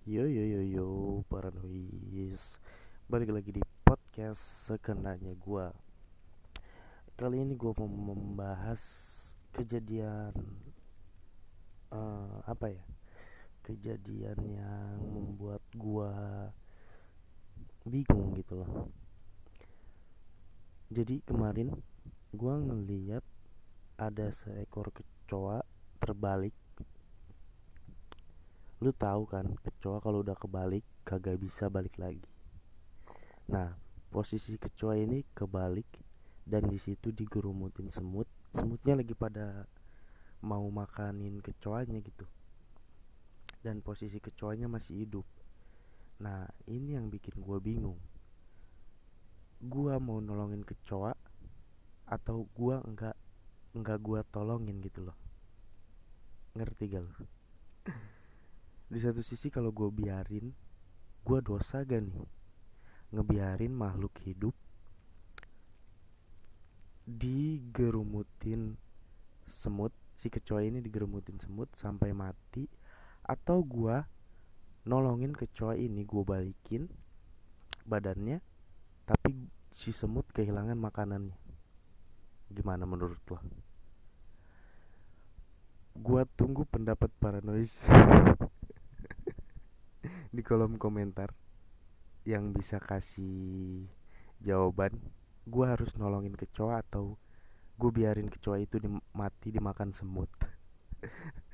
Yo yo yo yo paranoid. Balik lagi di podcast sekenanya gua. Kali ini gua mau membahas kejadian apa ya? Kejadian yang membuat gua bingung gitu loh. Jadi kemarin gua ngeliat ada seekor kecoa terbalik. Lu tahu kan, kecoa kalau udah kebalik kagak bisa balik lagi. Nah, posisi kecoa ini kebalik dan di situ digerumutin semut. Semutnya lagi pada mau makanin kecoanya gitu. Dan posisi kecoanya masih hidup. Nah, ini yang bikin gua bingung. Gua mau nolongin kecoa atau gua enggak gua tolongin gitu loh. Ngerti gak lo? Di satu sisi kalau gua biarin, gua dosa gak nih? Ngebiarin makhluk hidup digerumutin semut, si kecoa ini digerumutin semut sampai mati, atau gua nolongin kecoa ini, gua balikin badannya tapi si semut kehilangan makanannya. Gimana menurut lo? Gua tunggu pendapat paranoid di kolom komentar yang bisa kasih jawaban. Gua harus nolongin kecoa atau gue biarin kecoa itu mati dimakan semut.